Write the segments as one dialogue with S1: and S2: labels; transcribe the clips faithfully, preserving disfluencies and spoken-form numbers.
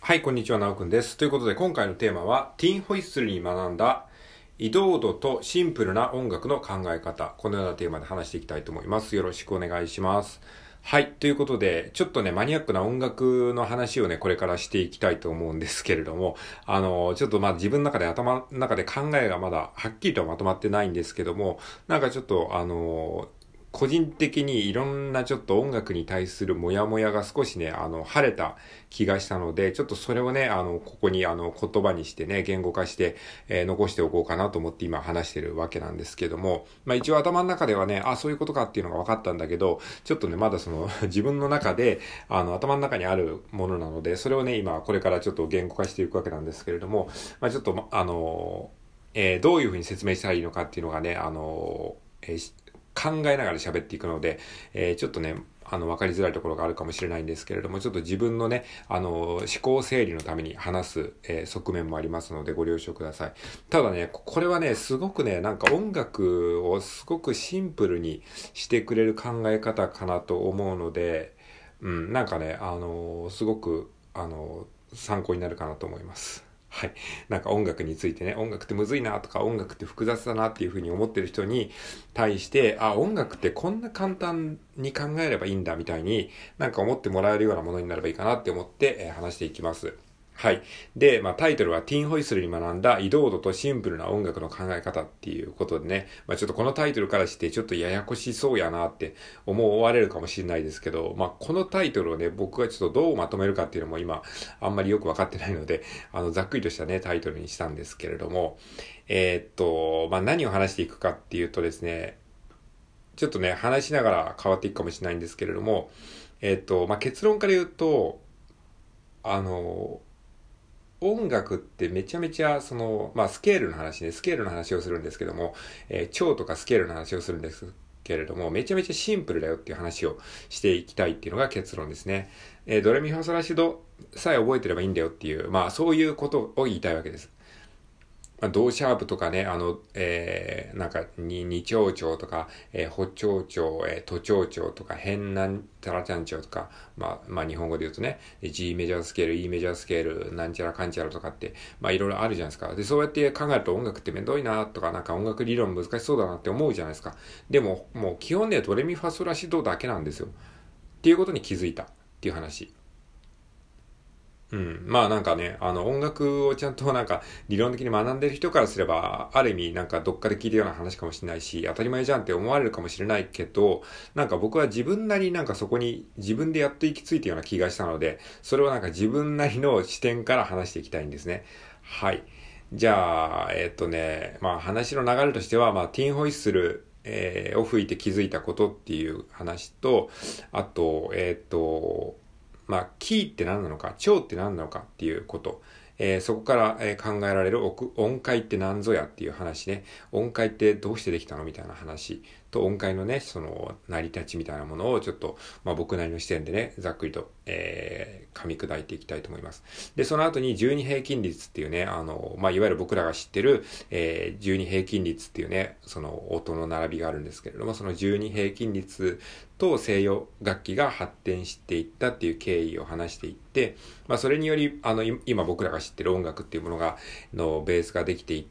S1: はい、こんにちは、なおくんです。ということで、今回のテーマは、ティーンホイッスルに学んだ移動度とシンプルな音楽の考え方。このようなテーマで話していきたいと思います。よろしくお願いします。はい、ということで、ちょっとね、マニアックな音楽の話をね、これからしていきたいと思うんですけれども、あの、ちょっとまあ自分の中で頭の中で考えがまだはっきりとはまとまってないんですけども、なんかちょっとあの、個人的にいろんなちょっと音楽に対するモヤモヤが少しね、あの、晴れた気がしたので、ちょっとそれをね、あの、ここにあの、言葉にしてね、言語化して、えー残しておこうかなと思って今話してるわけなんですけども、まあ一応頭の中ではね、あ、そういうことかっていうのが分かったんだけど、ちょっとね、まだその、自分の中で、あの、頭の中にあるものなので、それをね、今、これからちょっと言語化していくわけなんですけれども、まあちょっと、あの、えーどういうふうに説明したらいいのかっていうのがね、あの、えー考えながら喋っていくので、えーちょっとね、あの、わかりづらいところがあるかもしれないんですけれども、ちょっと自分のね、あの、思考整理のために話す、えー側面もありますのでご了承ください。ただね、ここれはね、すごくね、なんか音楽をすごくシンプルにしてくれる考え方かなと思うので、うん、なんかね、あの、すごく、あの、参考になるかなと思います。はい。なんか音楽についてね、音楽ってむずいなとか、音楽って複雑だなっていうふうに思ってる人に対して、あ、音楽ってこんな簡単に考えればいいんだみたいに、なんか思ってもらえるようなものになればいいかなって思って、えー話していきます。はい。で、まあタイトルはティーンホイッスルに学んだ移動度とシンプルな音楽の考え方っていうことでね、まあちょっとこのタイトルからしてちょっとややこしそうやなって思われるかもしれないですけど、まあこのタイトルをね、僕がちょっとどうまとめるかっていうのも今あんまりよくわかってないので、あのざっくりとしたね、タイトルにしたんですけれども、えーっと、まあ何を話していくかっていうとですね、ちょっとね、話しながら変わっていくかもしれないんですけれども、えーっと、まあ結論から言うと、あの、音楽ってめちゃめちゃ、その、まあ、スケールの話ね、スケールの話をするんですけども、えー超とかスケールの話をするんですけれども、めちゃめちゃシンプルだよっていう話をしていきたいっていうのが結論ですね。えードレミファソラシドさえ覚えてればいいんだよっていう、まあ、そういうことを言いたいわけです。まあ、ドシャープとかね、あの、えー、なんか、に、二長調とか、えー、補長調、えー、都長調とか、変なんちゃらちゃん調とか、まあ、まあ、日本語で言うとね、G メジャースケール、E メジャースケール、なんちゃらかんちゃらとかって、まあ、いろいろあるじゃないですか。で、そうやって考えると音楽ってめんどいなとか、なんか音楽理論難しそうだなって思うじゃないですか。でも、もう基本でドレミファソラシドだけなんですよ。っていうことに気づいたっていう話。うん。まあなんかね、あの音楽をちゃんとなんか理論的に学んでる人からすれば、ある意味なんかどっかで聞いたような話かもしれないし、当たり前じゃんって思われるかもしれないけど、なんか僕は自分なりになんかそこに自分でやっと行き着いたような気がしたので、それをなんか自分なりの視点から話していきたいんですね。はい。じゃあ、えっとね、まあ話の流れとしては、まあティーンホイッスル、えーを吹いて気づいたことっていう話と、あと、えっと、まあ、キーって何なのか、調って何なのかっていうこと。えーそこから、えー考えられる音音階って何ぞやっていう話ね。音階ってどうしてできたのみたいな話と音階のね、その成り立ちみたいなものをちょっと、まあ僕なりの視点でね、ざっくりと、えー噛み砕いていきたいと思います。で、その後にじゅうに平均率っていうね、あの、まあいわゆる僕らが知ってる、えーじゅうに平均率っていうね、その音の並びがあるんですけれども、そのじゅうに平均率と西洋楽器が発展していったっていう経緯を話していって、まあそれにより、あの、今僕らが知ってる音楽っていうものが、のベースができていって、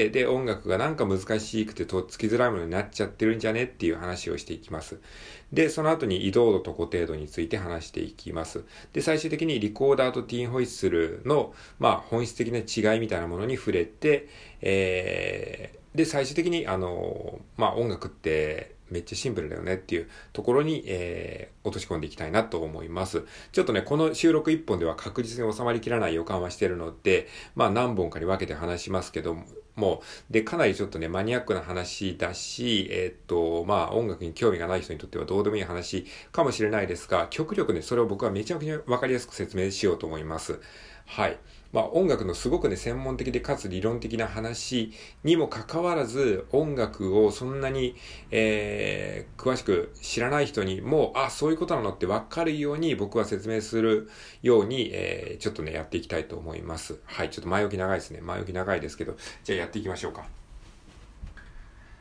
S1: で、音楽がなんか難しくてとっつきづらいものになっちゃってるんじゃねっていう話をしていきます。で、その後に移動度と固定度について話していきます。で、最終的にリコーダーとティーンホイッスルの、まあ本質的な違いみたいなものに触れて、えー、で、最終的に、あの、まあ音楽ってめっちゃシンプルだよねっていうところに、えー、落とし込んでいきたいなと思います。ちょっとね、この収録一本では確実に収まりきらない予感はしてるので、まあ何本かに分けて話しますけども、で、かなりちょっとね、マニアックな話だし、えーっと、まあ音楽に興味がない人にとってはどうでもいい話かもしれないですが、極力ね、それを僕はめちゃくちゃ分かりやすく説明しようと思います。はい。まあ音楽のすごくね、専門的でかつ理論的な話にもかかわらず、音楽をそんなに、えー、詳しく知らない人にも、あ、そういうことなのって分かるように僕は説明するように、えー、ちょっとね、やっていきたいと思います。はい。ちょっと前置き長いですね。前置き長いですけど、じゃあやっていきましょうか。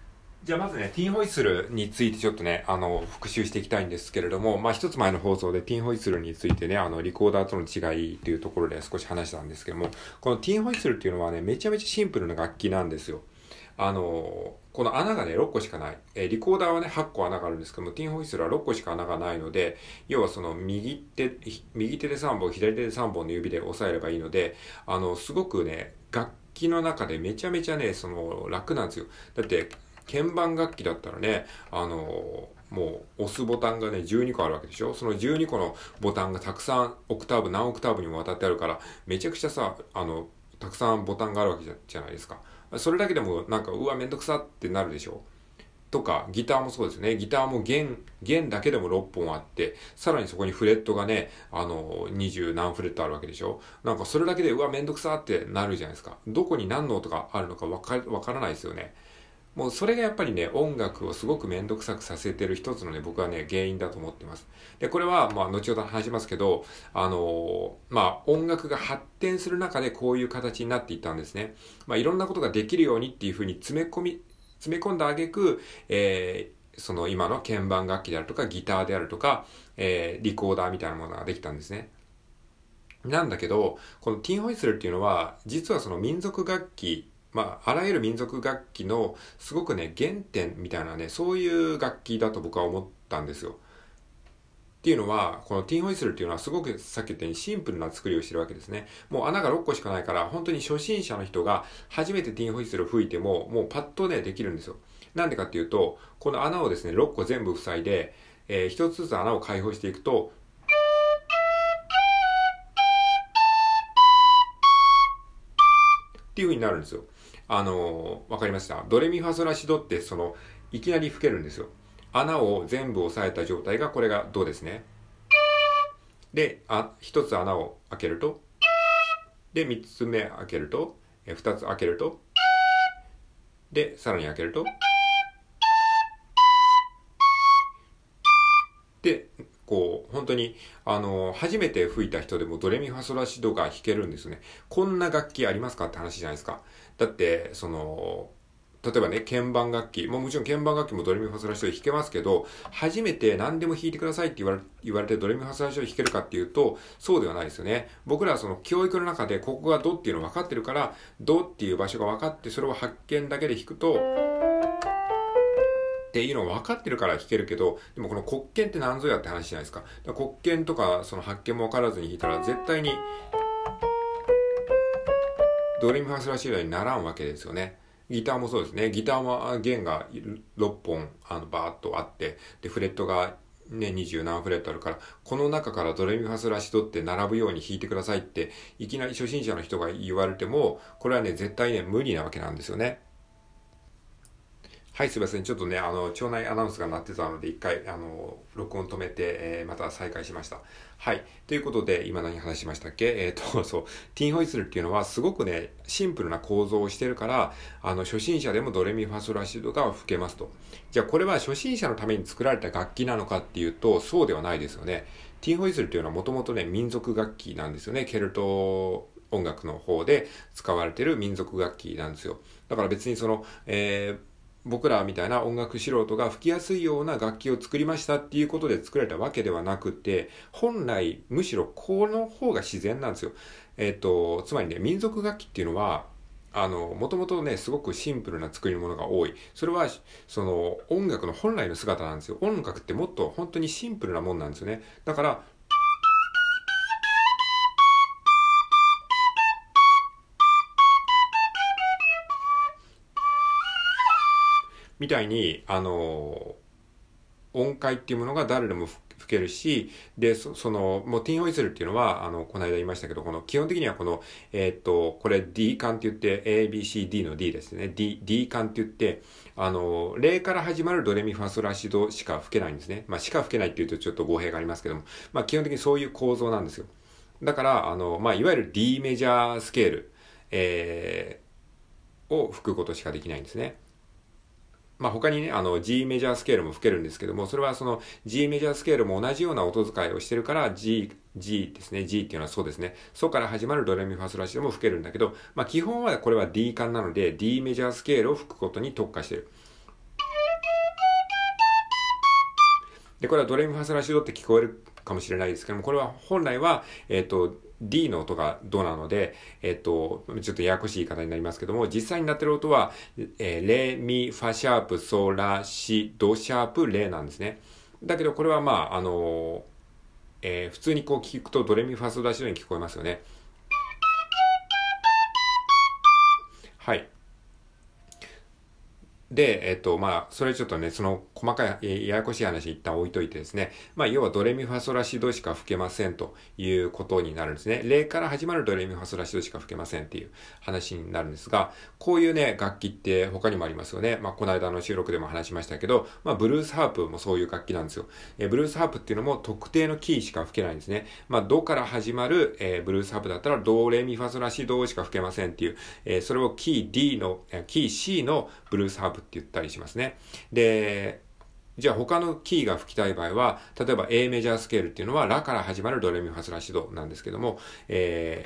S1: じゃあまずね、ティンホイッスルについてちょっとね、あの、復習していきたいんですけれども、まあ一つ前の放送でティンホイッスルについてね、あの、リコーダーとの違いというところで少し話したんですけども、このティンホイッスルっていうのはね、めちゃめちゃシンプルな楽器なんですよ。あの、この穴がね、ろっこしかない。えー、リコーダーはね、はっこ穴があるんですけども、ティンホイッスルはろっこしか穴がないので、要はその右手、右手でさんぼん、左手でさんぼんの指で押さえればいいので、あの、すごくね、楽器の中でめちゃめちゃね、その、楽なんですよ。だって、鍵盤楽器だったらね、あのもう押すボタンがね、じゅうにこあるわけでしょ。そのじゅうにこのボタンがたくさん、オクターブ、何オクターブにもわたってあるから、めちゃくちゃさ、あの、たくさんボタンがあるわけじゃ、じゃないですか。それだけでもなんか、うわ、めんどくさってなるでしょ。とか、ギターもそうですね。ギターも弦、弦だけでもろっぽんあって、さらにそこにフレットがね、あの、にじゅう何フレットあるわけでしょ。なんかそれだけで、うわ、めんどくさってなるじゃないですか。どこに何の音があるのかわか、わからないですよね。もうそれがやっぱりね、音楽をすごくめんどくさくさせてる一つのね、僕はね、原因だと思ってます。で、これは、まあ、後ほど話しますけど、あのー、まあ、音楽が発展する中でこういう形になっていったんですね。まあ、いろんなことができるようにっていうふうに詰め込み、詰め込んだ挙句、えー、その今の鍵盤楽器であるとか、ギターであるとか、えー、リコーダーみたいなものができたんですね。なんだけど、このティンホイッスルっていうのは、実はその民族楽器、まあ、あらゆる民族楽器のすごくね、原点みたいなね、そういう楽器だと僕は思ったんですよ。っていうのは、このティンホイッスルっていうのはすごくさっき言ったようにシンプルな作りをしてるわけですね。もう穴がろっこしかないから、本当に初心者の人が初めてティンホイッスルを吹いても、もうパッとね、できるんですよ。なんでかっていうと、この穴をですね、ろっこ全部塞いで、えー、一つずつ穴を開放していくと、っていう風になるんですよ。あのー、わかりました。ドレミファソラシドってその、いきなり吹けるんですよ。穴を全部押さえた状態がこれがドですね。で、あ、一つ穴を開けると、で、三つ目開けると、え、二つ開けると、で、さらに開けると、で、こう、本当に、あの、初めて吹いた人でもドレミファソラシドが弾けるんですね。こんな楽器ありますかって話じゃないですか。だって、その、例えばね、鍵盤楽器。もうもちろん鍵盤楽器もドレミファソラシドで弾けますけど、初めて何でも弾いてくださいって言われ言われてドレミファソラシドで弾けるかっていうと、そうではないですよね。僕らはその教育の中でここがドっていうの分かってるから、ドっていう場所が分かって、それを発見だけで弾くと、っていうのを分かってるから弾けるけど、でもこの黒鍵って何ぞやって話じゃないですか。だから黒鍵とかその発見も分からずに弾いたら絶対にドレミファソラシドにならんわけですよね。ギターもそうですね。ギターも弦がろっぽんあのバーッとあって、でフレットがねにじゅう何フレットあるから、この中からドレミファソラシドって並ぶように弾いてくださいっていきなり初心者の人が言われても、これはね絶対ね無理なわけなんですよね。はい、すいません。ちょっとね、あの、町内アナウンスが鳴ってたので、一回、あの、録音止めて、えー、また再開しました。はい。ということで、今何話しましたっけえっと、そう、ティンホイッスルっていうのは、すごくね、シンプルな構造をしてるから、あの、初心者でもドレミファソラシドが吹けますと。じゃあ、これは初心者のために作られた楽器なのかっていうと、そうではないですよね。ティンホイッスルっていうのはもともとね、民族楽器なんですよね。ケルト音楽の方で使われてる民族楽器なんですよ。だから別にその、えー僕らみたいな音楽素人が吹きやすいような楽器を作りましたっていうことで作られたわけではなくて、本来むしろこの方が自然なんですよ。えっと、つまりね、民族楽器っていうのは、あの、もともとね、すごくシンプルな作り物が多い。それは、その、音楽の本来の姿なんですよ。音楽ってもっと本当にシンプルなもんなんですよね。だから、みたいに、あの、音階っていうものが誰でも吹けるし、で、そその、もうティンホイッスルっていうのは、あの、この間言いましたけど、この、基本的にはこの、えーっと、これ D 管って言って、A、B、C、D の D ですね。D、D 管って言って、あの、レから始まるドレミファソラシドしか吹けないんですね。まあ、しか吹けないっていうとちょっと語弊がありますけども、まあ、基本的にそういう構造なんですよ。だから、あの、まあ、いわゆる D メジャースケール、えー、を吹くことしかできないんですね。まあ他にね、あの G メジャースケールも吹けるんですけども、それはその G メジャースケールも同じような音使いをしてるから G、G ですね。G っていうのはそうですね。ソから始まるドレミファソラシドも吹けるんだけど、まあ基本はこれは D 管なので D メジャースケールを吹くことに特化してる。 で、これはドレミファソラシドって聞こえるかもしれないですけども、これは本来は、えっと、D の音がドなので、えっと、ちょっとややこしい言い方になりますけども、実際になってる音は、えー、レ、ミ、ファシャープ、ソ、ラ、シ、ドシャープ、レなんですね。だけどこれはまあ、あの、えー、普通にこう聞くとドレミファソラシドに聞こえますよね。はい。で、えっと、まあ、それちょっとね、その細かい、ややこしい話一旦置いといてですね、まあ、要はドレミファソラシドしか吹けませんということになるんですね。レから始まるドレミファソラシドしか吹けませんっていう話になるんですが、こういうね、楽器って他にもありますよね。まあ、この間の収録でも話しましたけど、まあ、ブルースハープもそういう楽器なんですよ。えー、ブルースハープっていうのも特定のキーしか吹けないんですね。まあ、ドから始まる、えー、ブルースハープだったら、ドレミファソラシドしか吹けませんっていう、えー、それをキー D の、キー C のブルースハープって言ったりしますね。で、じゃあ他のキーが吹きたい場合は、例えば A メジャースケールっていうのはラから始まるドレミファソラシドなんですけども、えー、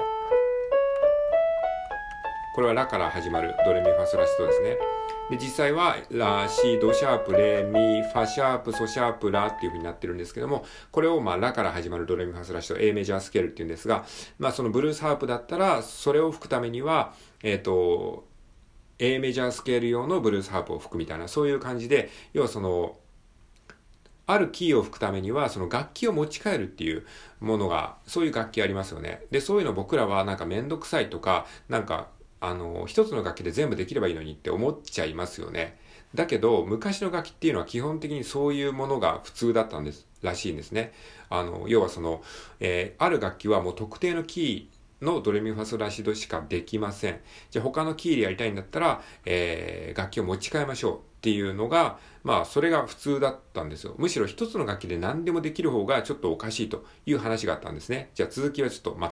S1: これはラから始まるドレミファソラシドですね。で、実際はラ、シ、ドシャープ、レ、ミ、ファシャープ、ソシャープ、ラっていう風になってるんですけども、これをまあラから始まるドレミファソラシド、A メジャースケールっていうんですが、まあそのブルースハープだったら、それを吹くためには、えっと、A メジャースケール用のブルースハープを吹くみたいな、そういう感じで、要はその、あるキーを吹くためには、その楽器を持ち帰るっていうものが、そういう楽器ありますよね。で、そういうの僕らはなんかめんどくさいとか、なんか、あの、一つの楽器で全部できればいいのにって思っちゃいますよね。だけど、昔の楽器っていうのは基本的にそういうものが普通だったんです、らしいんですね。あの、要はその、えー、ある楽器はもう特定のキー、のドレミファソラシドしかできません。じゃあ他のキーでやりたいんだったら、えー、楽器を持ち替えましょうっていうのが、まあそれが普通だったんですよ。むしろ一つの楽器で何でもできる方がちょっとおかしいという話があったんですね。じゃあ続きはちょっとま